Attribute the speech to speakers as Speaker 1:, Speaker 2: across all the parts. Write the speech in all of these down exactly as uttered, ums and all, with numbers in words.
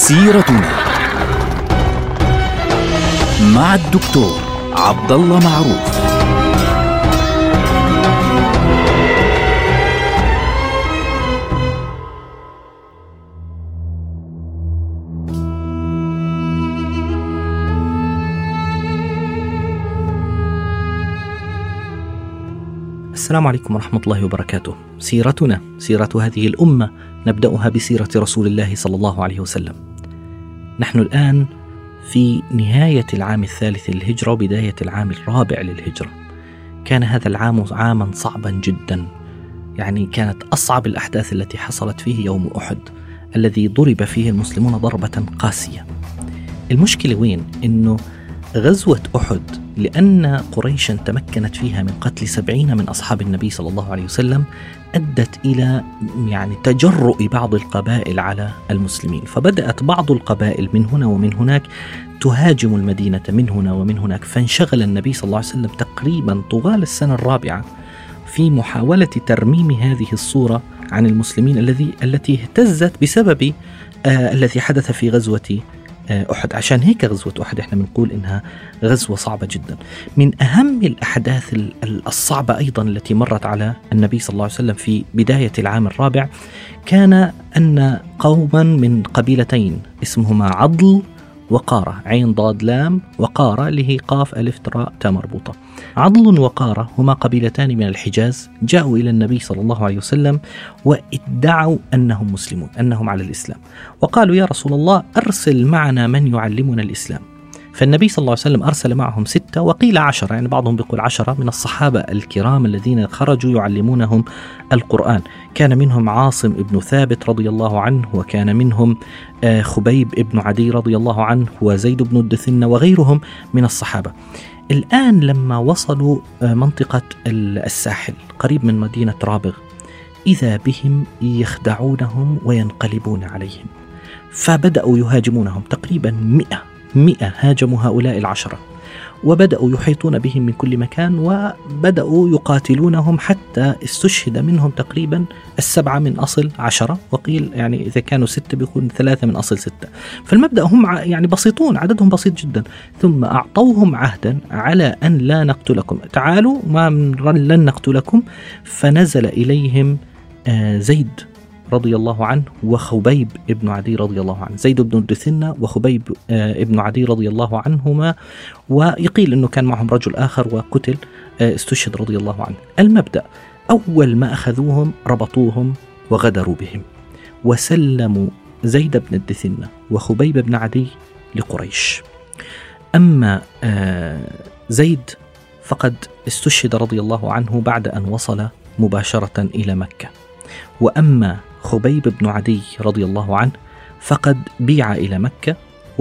Speaker 1: سيرتنا مع الدكتور عبد الله معروف.
Speaker 2: السلام عليكم ورحمة الله وبركاته. سيرتنا سيرة هذه الأمة، نبدأها بسيرة رسول الله صلى الله عليه وسلم. نحن الآن في نهاية العام الثالث للهجرة وبداية العام الرابع للهجرة. كان هذا العام عاما صعبا جدا، يعني كانت أصعب الأحداث التي حصلت فيه يوم أحد الذي ضرب فيه المسلمون ضربة قاسية. المشكلة وين؟ إنه غزوة أحد لأن قريشا تمكنت فيها من قتل سبعين من أصحاب النبي صلى الله عليه وسلم أدت إلى يعني تجرؤ بعض القبائل على المسلمين، فبدأت بعض القبائل من هنا ومن هناك تهاجم المدينة من هنا ومن هناك، فانشغل النبي صلى الله عليه وسلم تقريبا طوال السنة الرابعة في محاولة ترميم هذه الصورة عن المسلمين الذي التي اهتزت بسبب آه الذي حدث في غزوة أحد. عشان هيك غزوة أحد احنا بنقول إنها غزوة صعبة جدا. من أهم الأحداث الصعبة أيضا التي مرت على النبي صلى الله عليه وسلم في بداية العام الرابع كان أن قوما من قبيلتين اسمهما عضل وقارة، عين ضاد لام، وقارة اللي هي قاف ألف تراء تا مربوطة. عضل وقارة هما قبيلتان من الحجاز، جاءوا إلى النبي صلى الله عليه وسلم وادعوا أنهم مسلمون، أنهم على الإسلام، وقالوا يا رسول الله أرسل معنا من يعلمنا الإسلام. فالنبي صلى الله عليه وسلم أرسل معهم ستة وقيل عشرة، يعني بعضهم بيقول عشرة من الصحابة الكرام الذين خرجوا يعلمونهم القرآن. كان منهم عاصم ابن ثابت رضي الله عنه، وكان منهم خبيب ابن عدي رضي الله عنه، وزيد بن الدثنة وغيرهم من الصحابة. الآن لما وصلوا منطقة الساحل قريب من مدينة رابغ إذا بهم يخدعونهم وينقلبون عليهم، فبدأوا يهاجمونهم تقريبا مئة مئة هاجموا هؤلاء العشرة، وبدأوا يحيطون بهم من كل مكان وبدأوا يقاتلونهم حتى استشهد منهم تقريبا السبعة من أصل عشرة، وقيل يعني إذا كانوا ستة بيكون ثلاثة من أصل ستة. فالمبدأ هم يعني بسيطون، عددهم بسيط جدا. ثم أعطوهم عهدا على أن لا نقتلكم، تعالوا ما لن نقتلكم. فنزل إليهم زيد رضي الله عنه وخبيب ابن عدي رضي الله عنه، زيد بن الدثنة وخبيب ابن عدي رضي الله عنهما، ويقيل أنه كان معهم رجل آخر وقتل استشهد رضي الله عنه. المبدأ أول ما أخذوهم ربطوهم وغدروا بهم وسلموا زيد بن الدثنة وخبيب بن عدي لقريش. أما زيد فقد استشهد رضي الله عنه بعد أن وصل مباشرة إلى مكة، وأما خبيب بن عدي رضي الله عنه فقد بيع إلى مكة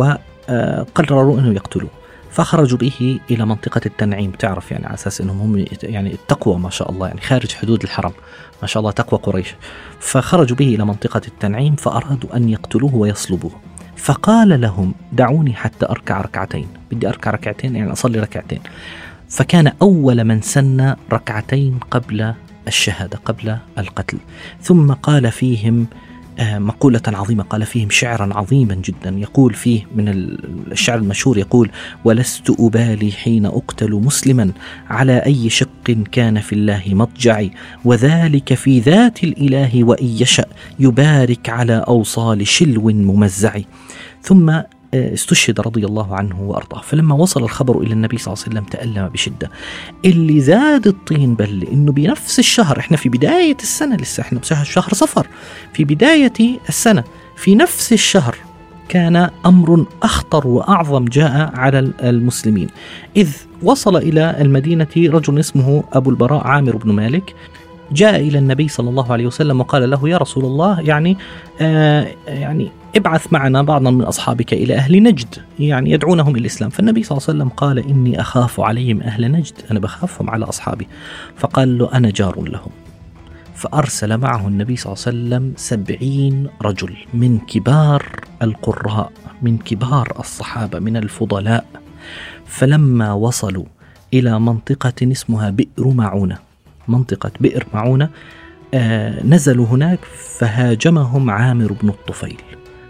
Speaker 2: وقرروا أنه يقتلوه، فخرجوا به إلى منطقة التنعيم. تعرف يعني على أساس أنهم هم يعني التقوى ما شاء الله، يعني خارج حدود الحرم ما شاء الله تقوى قريش. فخرجوا به إلى منطقة التنعيم فأرادوا أن يقتلوه ويصلبوه، فقال لهم دعوني حتى أركع ركعتين، بدي أركع ركعتين يعني أصلي ركعتين. فكان أول من سن ركعتين قبل الشهادة قبل القتل. ثم قال فيهم مقولة عظيمة، قال فيهم شعرا عظيما جدا، يقول فيه من الشعر المشهور يقول: ولست أبالي حين أقتل مسلما على أي شق كان في الله مضجعي، وذلك في ذات الإله وإن يشأ يبارك على أوصال شلو ممزعي. ثم استشهد رضي الله عنه وأرضاه. فلما وصل الخبر إلى النبي صلى الله عليه وسلم تألم بشدة. اللي زاد الطين بل إنه بنفس الشهر، إحنا في بداية السنة لسه، إحنا بشهر صفر في بداية السنة، في نفس الشهر كان أمر أخطر وأعظم جاء على المسلمين، إذ وصل إلى المدينة رجل اسمه أبو البراء عامر بن مالك، جاء إلى النبي صلى الله عليه وسلم وقال له: يا رسول الله، يعني آه يعني ابعث معنا بعضا من أصحابك إلى أهل نجد، يعني يدعونهم إلى الإسلام. فالنبي صلى الله عليه وسلم قال: إني أخاف عليهم أهل نجد، أنا بخافهم على أصحابي. فقال له: أنا جار لهم. فأرسل معه النبي صلى الله عليه وسلم سبعين رجل من كبار القراء، من كبار الصحابة، من الفضلاء. فلما وصلوا إلى منطقة اسمها بئر معونة، منطقة بئر معونة، آه نزلوا هناك فهاجمهم عامر بن الطفيل.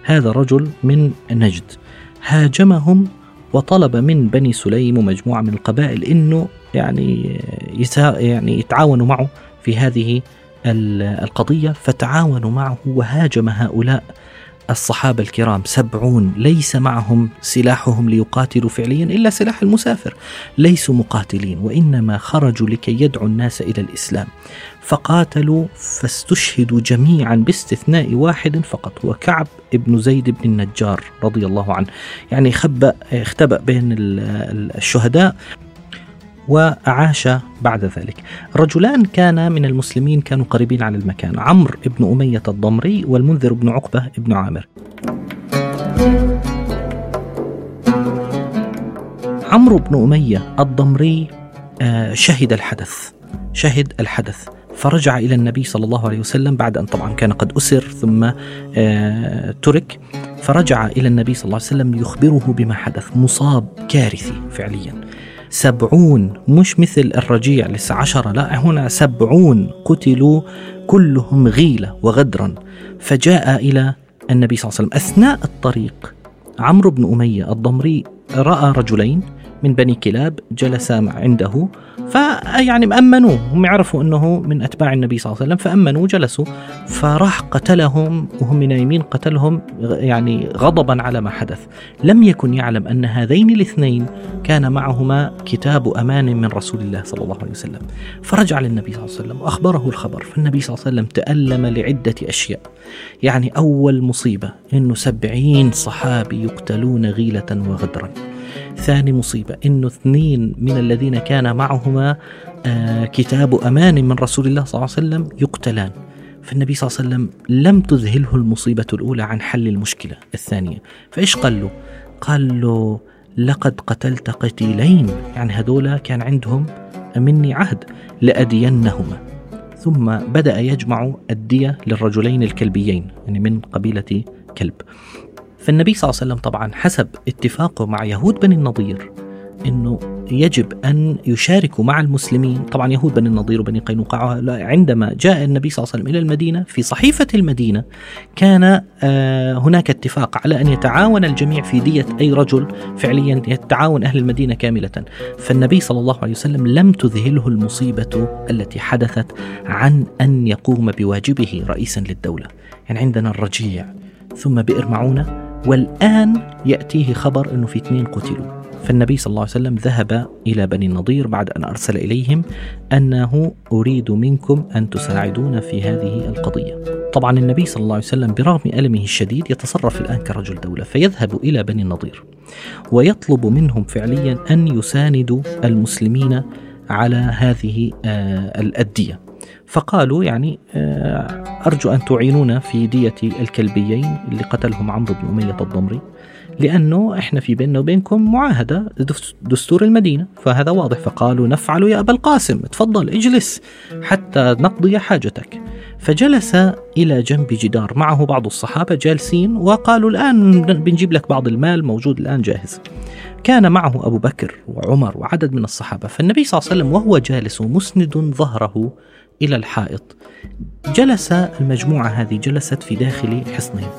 Speaker 2: هذا رجل من نجد هاجمهم وطلب من بني سليم ومجموعة من القبائل إنه يعني يعني يتعاونوا معه في هذه القضية، فتعاونوا معه وهاجم هؤلاء الصحابة الكرام سبعون ليس معهم سلاحهم ليقاتلوا فعليا إلا سلاح المسافر، ليسوا مقاتلين وإنما خرجوا لكي يدعوا الناس إلى الإسلام، فقاتلوا فاستشهدوا جميعا باستثناء واحد فقط هو كعب ابن زيد بن النجار رضي الله عنه، يعني خبأ اختبأ بين الشهداء وعاش بعد ذلك. رجلان كان من المسلمين كانوا قريبين على المكان، عمرو بن أمية الضمري والمنذر بن عقبة بن عامر. عمرو بن أمية الضمري شهد الحدث شهد الحدث فرجع إلى النبي صلى الله عليه وسلم بعد أن طبعا كان قد أسر ثم ترك، فرجع إلى النبي صلى الله عليه وسلم يخبره بما حدث. مصاب كارثي فعليا، سبعون مش مثل الرجيع لسه عشرة، لا هنا سبعون قتلوا كلهم غيلة وغدرا. فجاء إلى النبي صلى الله عليه وسلم أثناء الطريق. عمرو بن أمية الضمري رأى رجلين من بني كلاب جلسا عنده، فيعني مأمنوه، هم يعرفوا أنه من أتباع النبي صلى الله عليه وسلم فأمنوا جلسوا، فراح قتلهم وهم نايمين، قتلهم يعني غضبا على ما حدث. لم يكن يعلم أن هذين الاثنين كان معهما كتاب أمان من رسول الله صلى الله عليه وسلم. فرجع للنبي صلى الله عليه وسلم وأخبره الخبر، فالنبي صلى الله عليه وسلم تألم لعدة أشياء. يعني أول مصيبة أنه سبعين صحابي يقتلون غيلة وغدرا. ثاني مصيبة إنه اثنين من الذين كان معهما آه كتاب أمان من رسول الله صلى الله عليه وسلم يقتلان. فالنبي صلى الله عليه وسلم لم تذهله المصيبة الأولى عن حل المشكلة الثانية، فإيش قال له؟ قال له لقد قتلت قتيلين، يعني هذولا كان عندهم مني عهد لأدينهما. ثم بدأ يجمع الدية للرجلين الكلبيين، يعني من قبيلة كلب. فالنبي صلى الله عليه وسلم طبعا حسب اتفاقه مع يهود بني النضير أنه يجب أن يشاركوا مع المسلمين. طبعا يهود بني النضير وبني قينقاع عندما جاء النبي صلى الله عليه وسلم إلى المدينة في صحيفة المدينة كان هناك اتفاق على أن يتعاون الجميع في دية أي رجل، فعليا يتعاون أهل المدينة كاملة. فالنبي صلى الله عليه وسلم لم تذهله المصيبة التي حدثت عن أن يقوم بواجبه رئيسا للدولة. يعني عندنا الرجيع ثم بئر معونة، والآن يأتيه خبر أنه في اثنين قتلوا. فالنبي صلى الله عليه وسلم ذهب إلى بني النضير بعد أن أرسل إليهم أنه أريد منكم أن تساعدون في هذه القضية. طبعا النبي صلى الله عليه وسلم برغم ألمه الشديد يتصرف الآن كرجل دولة، فيذهب إلى بني النضير ويطلب منهم فعليا أن يساندوا المسلمين على هذه الدية. فقالوا يعني أرجو أن تعينونا في دية الكلبيين اللي قتلهم عمرو بن أمية الضمري، لأنه إحنا في بيننا وبينكم معاهدة دستور المدينة، فهذا واضح. فقالوا نفعل يا أبا القاسم، تفضل اجلس حتى نقضي حاجتك. فجلس إلى جنب جدار معه بعض الصحابة جالسين، وقالوا الآن بنجيب لك بعض المال موجود الآن جاهز. كان معه أبو بكر وعمر وعدد من الصحابة. فالنبي صلى الله عليه وسلم وهو جالس مسند ظهره إلى الحائط، جلس المجموعة هذه جلست في داخل حصنهم،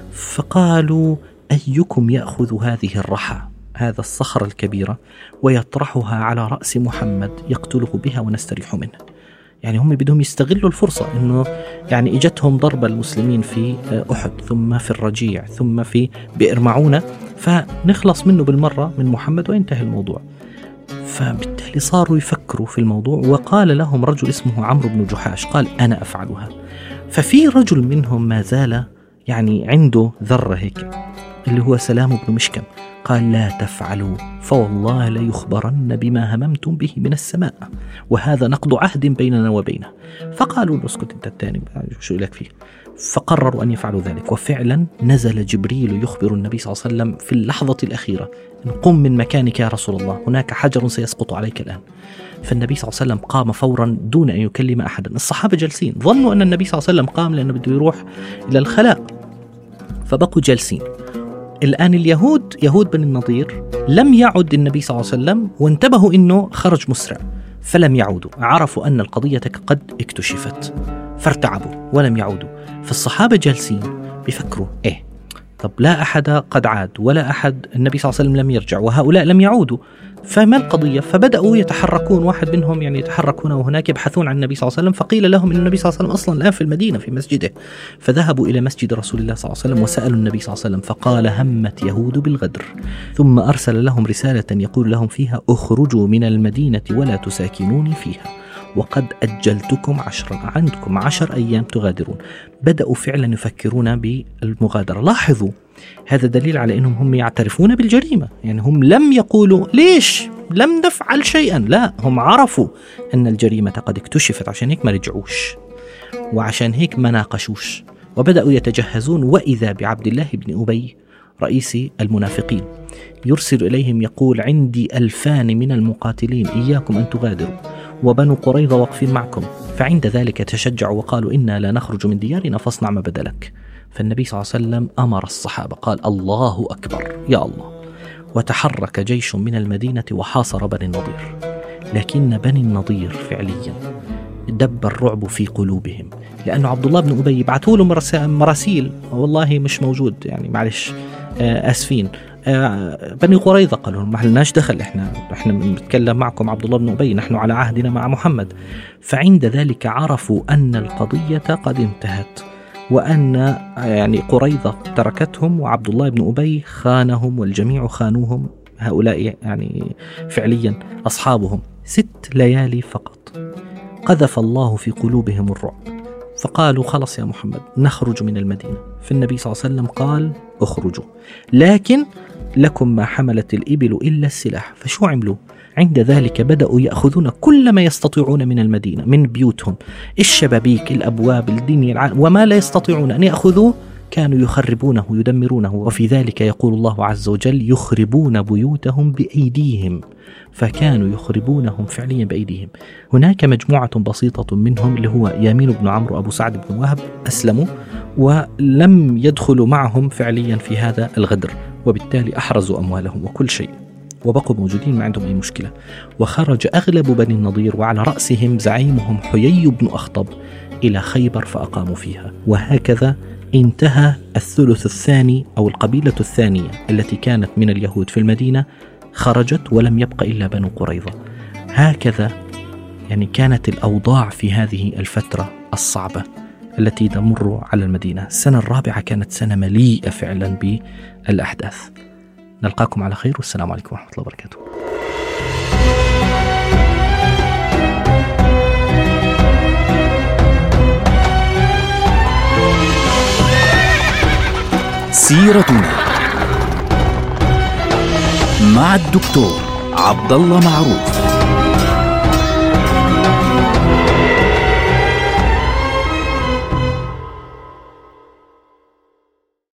Speaker 2: فقالوا أيكم يأخذ هذه الرحى، هذا الصخرة الكبيرة، ويطرحها على رأس محمد يقتله بها ونستريح منه. يعني هم بدهم يستغلوا الفرصة إنه يعني إجتهم ضرب المسلمين في أحد ثم في الرجيع ثم في بئر معونة، فنخلص منه بالمرة من محمد وينتهي الموضوع. فبالتالي صاروا يفكروا في الموضوع، وقال لهم رجل اسمه عمرو بن جحاش قال أنا أفعلها. ففي رجل منهم ما زال يعني عنده ذرة هيك اللي هو سلام بن مشكم، قال لا تفعلوا فوالله لا يخبرن بما هممتم به من السماء، وهذا نقض عهد بيننا وبينه. فقالوا اسكت انت الثاني شو لك فيه. فقرروا أن يفعلوا ذلك، وفعلا نزل جبريل يخبر النبي صلى الله عليه وسلم في اللحظة الأخيرة إن قم من مكانك يا رسول الله، هناك حجر سيسقط عليك الآن. فالنبي صلى الله عليه وسلم قام فورا دون أن يكلم أحدا. الصحابة جالسين ظنوا أن النبي صلى الله عليه وسلم قام لأنه بده يروح إلى الخلاء، فبقوا جالسين. الآن اليهود يهود بني النضير لم يعد النبي صلى الله عليه وسلم، وانتبهوا إنه خرج مسرع فلم يعودوا، عرفوا أن القضية قد اكتشفت فارتعبوا ولم يعودوا. فالصحابة جالسين بيفكروا إيه طب لا أحد قد عاد ولا أحد، النبي صلى الله عليه وسلم لم يرجع وهؤلاء لم يعودوا، فما القضية؟ فبدأوا يتحركون، واحد منهم يعني يتحركون وهناك يبحثون عن النبي صلى الله عليه وسلم، فقيل لهم أن النبي صلى الله عليه وسلم أصلا الآن في المدينة في مسجده، فذهبوا إلى مسجد رسول الله صلى الله عليه وسلم وسألوا النبي صلى الله عليه وسلم، فقال همت يهود بالغدر، ثم أرسل لهم رسالة يقول لهم فيها اخرجوا من المدينة ولا تساكنوني فيها وقد أجلتكم عشرا، عندكم عشر أيام تغادرون. بدأوا فعلا يفكرون بالمغادرة. لاحظوا هذا دليل على أنهم هم يعترفون بالجريمة، يعني هم لم يقولوا ليش لم نفعل شيئا، لا، هم عرفوا أن الجريمة قد اكتشفت، عشان هيك ما رجعوش وعشان هيك ما ناقشوش، وبدأوا يتجهزون. وإذا بعبد الله بن أبي رئيس المنافقين يرسل إليهم يقول عندي ألفان من المقاتلين إياكم أن تغادروا، وبنو قريظة واقفين معكم. فعند ذلك تشجعوا وقالوا إنا لا نخرج من ديارنا فاصنع ما بدلك. فالنبي صلى الله عليه وسلم أمر الصحابة قال الله أكبر يا الله، وتحرك جيش من المدينة وحاصر بني النضير. لكن بني النضير فعليا دب الرعب في قلوبهم، لأنه عبد الله بن أبي يبعثوا له مراسيل والله مش موجود، يعني معلش آسفين. بني قريظة قالوا ما لناش دخل، احنا احنا بنتكلم معكم عبد الله بن أبي، نحن على عهدنا مع محمد. فعند ذلك عرفوا أن القضية قد انتهت، وأن يعني قريظة تركتهم وعبد الله بن أبي خانهم والجميع خانوهم، هؤلاء يعني فعليا أصحابهم. ست ليالي فقط قذف الله في قلوبهم الرعب، فقالوا خلص يا محمد نخرج من المدينة. فالنبي صلى الله عليه وسلم قال اخرجوا، لكن لكم ما حملت الإبل إلا السلاح. فشو عملوا؟ عند ذلك بدأوا يأخذون كل ما يستطيعون من المدينة، من بيوتهم، الشبابيك، الأبواب، الدنيا العالم، وما لا يستطيعون أن يأخذوه كانوا يخربونه يدمرونه. وفي ذلك يقول الله عز وجل يخربون بيوتهم بأيديهم، فكانوا يخربونهم فعليا بأيديهم. هناك مجموعة بسيطة منهم اللي هو يامين بن عمرو وأبو سعد بن وهب أسلموا ولم يدخلوا معهم فعليا في هذا الغدر، وبالتالي أحرزوا أموالهم وكل شيء وبقوا موجودين ما عندهم أي مشكلة. وخرج أغلب بني النضير وعلى رأسهم زعيمهم حيي بن أخطب إلى خيبر فأقاموا فيها. وهكذا انتهى الثلث الثاني أو القبيلة الثانية التي كانت من اليهود في المدينة، خرجت ولم يبق إلا بنو قريظة. هكذا يعني كانت الأوضاع في هذه الفترة الصعبة التي تمر على المدينة. السنة الرابعة كانت سنة مليئة فعلا بالأحداث. نلقاكم على خير، والسلام عليكم ورحمة الله وبركاته.
Speaker 1: سيرتنا مع الدكتور عبد الله معروف.